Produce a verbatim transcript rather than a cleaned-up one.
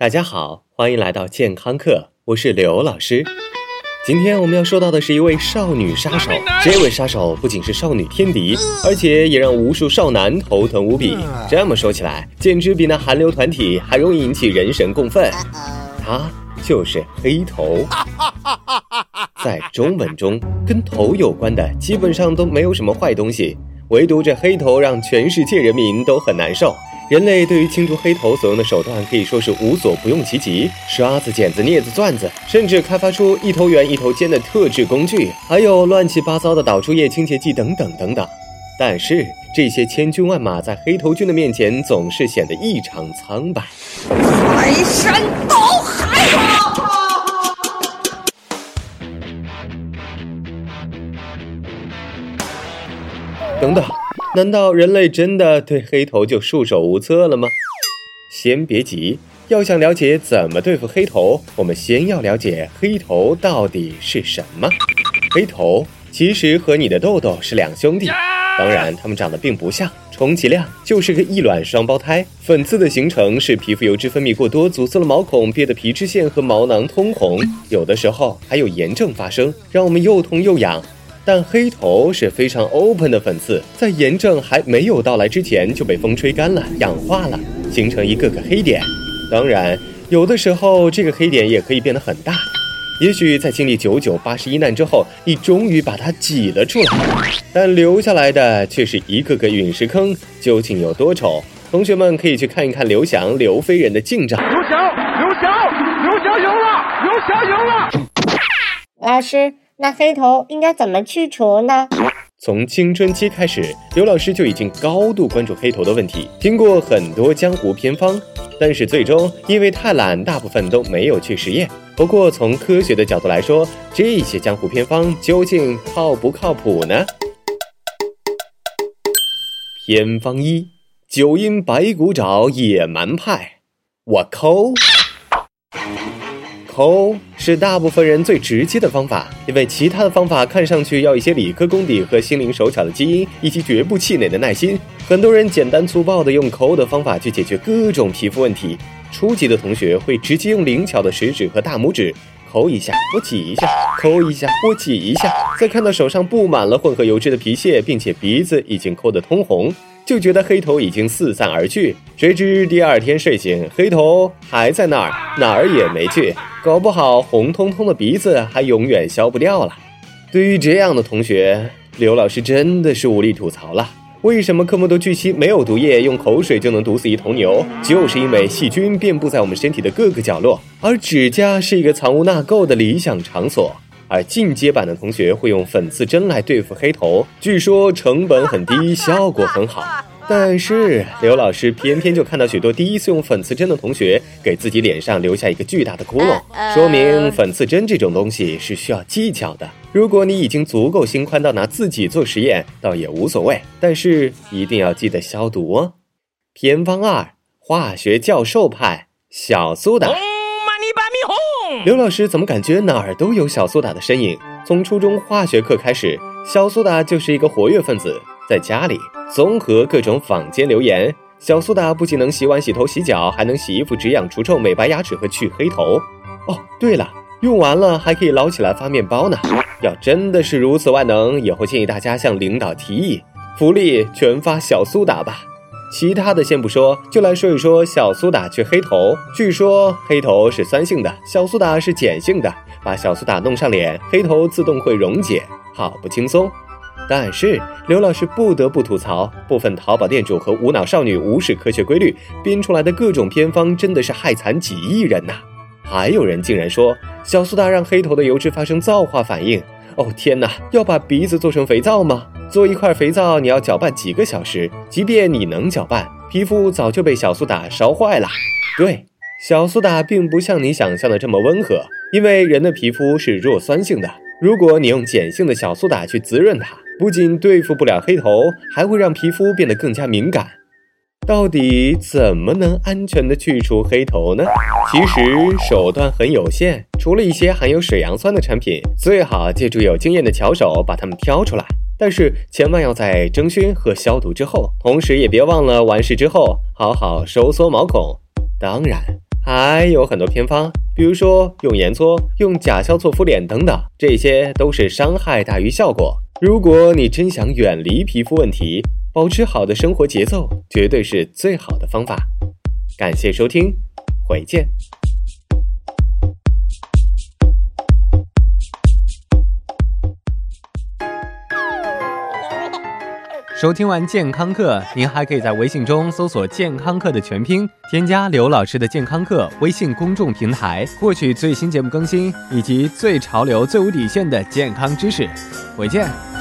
大家好，欢迎来到健康课，我是刘老师。今天我们要说到的是一位少女杀手，这位杀手不仅是少女天敌，而且也让无数少男头疼无比。这么说起来，简直比那韩流团体还容易引起人神共愤。他就是黑头。在中文中，跟头有关的基本上都没有什么坏东西，唯独这黑头让全世界人民都很难受。人类对于清除黑头所用的手段可以说是无所不用其极，刷子、剪子、镊子、钻子，甚至开发出一头圆一头尖的特制工具，还有乱七八糟的导出液清洁剂等等等等。但是这些千军万马在黑头菌的面前总是显得异常苍白。 排山倒海啊！ 等等，难道人类真的对黑头就束手无策了吗？先别急，要想了解怎么对付黑头，我们先要了解黑头到底是什么。黑头其实和你的痘痘是两兄弟，当然它们长得并不像，充其量就是个异卵双胞胎。粉刺的形成是皮肤油脂分泌过多，阻塞了毛孔，憋得皮脂腺和毛囊通红，有的时候还有炎症发生，让我们又痛又痒。但黑头是非常 open 的粉刺，在炎症还没有到来之前就被风吹干了，氧化了，形成一个个黑点。当然有的时候这个黑点也可以变得很大，也许在经历九九八十一难之后，你终于把它挤了出来，但留下来的却是一个个陨石坑，究竟有多丑？同学们可以去看一看刘翔刘飞人的近照。 刘翔刘翔刘翔赢了刘翔赢了。 老师，那黑头应该怎么去除呢？ 从青春期开始，刘老师就已经高度关注黑头的问题，听过很多江湖偏方，但是最终因为太懒，大部分都没有去实验。不过从科学的角度来说，这些江湖偏方究竟靠不靠谱呢？偏方一：九阴白骨爪野蛮派。我抠抠是大部分人最直接的方法，因为其他的方法看上去要一些理科功底和心灵手巧的基因，以及绝不气馁的耐心。很多人简单粗暴的用抠的方法去解决各种皮肤问题。初级的同学会直接用灵巧的食指和大拇指抠一下，我挤一下，抠一下，我挤一下，再看到手上布满了混合油脂的皮屑，并且鼻子已经抠得通红，就觉得黑头已经四散而去。谁知第二天睡醒，黑头还在那儿，哪儿也没去，搞不好红彤彤的鼻子还永远消不掉了。对于这样的同学，刘老师真的是无力吐槽了。为什么科莫多巨蜥没有毒液，用口水就能毒死一头牛？就是因为细菌遍布在我们身体的各个角落，而指甲是一个藏污纳垢的理想场所。而进阶版的同学会用粉刺针来对付黑头，据说成本很低，效果很好。但是刘老师偏偏就看到许多第一次用粉刺针的同学给自己脸上留下一个巨大的窟窿，说明粉刺针这种东西是需要技巧的。如果你已经足够心宽到拿自己做实验，倒也无所谓，但是一定要记得消毒哦。偏方二：化学教授派小苏打。刘老师怎么感觉哪儿都有小苏打的身影？从初中化学课开始，小苏打就是一个活跃分子。在家里综合各种坊间流言，小苏打不仅能洗碗、洗头、洗脚，还能洗衣服、止痒、除臭、美白牙齿和去黑头。哦，对了，用完了还可以捞起来发面包呢。要真的是如此万能，以后建议大家向领导提议，福利全发小苏打吧。其他的先不说，就来说一说小苏打去黑头。据说黑头是酸性的，小苏打是碱性的，把小苏打弄上脸，黑头自动会溶解，好不轻松。但是刘老师不得不吐槽，部分淘宝店主和无脑少女无视科学规律，编出来的各种偏方真的是害惨几亿人呐！还有人竟然说小苏打让黑头的油脂发生皂化反应。哦天哪，要把鼻子做成肥皂吗？做一块肥皂你要搅拌几个小时，即便你能搅拌，皮肤早就被小苏打烧坏了。对，小苏打并不像你想象的这么温和，因为人的皮肤是弱酸性的，如果你用碱性的小苏打去滋润它，不仅对付不了黑头，还会让皮肤变得更加敏感。到底怎么能安全的去除黑头呢？其实手段很有限，除了一些含有水杨酸的产品，最好借助有经验的巧手把它们挑出来。但是千万要在蒸熏和消毒之后，同时也别忘了完事之后好好收缩毛孔。当然还有很多偏方，比如说用盐搓、用甲硝唑敷脸等等，这些都是伤害大于效果。如果你真想远离皮肤问题，保持好的生活节奏，绝对是最好的方法。感谢收听，回见。 收听完健康课，您还可以在微信中搜索健康课的全拼，添加刘老师的健康课微信公众平台，获取最新节目更新以及最潮流最无底线的健康知识。回见。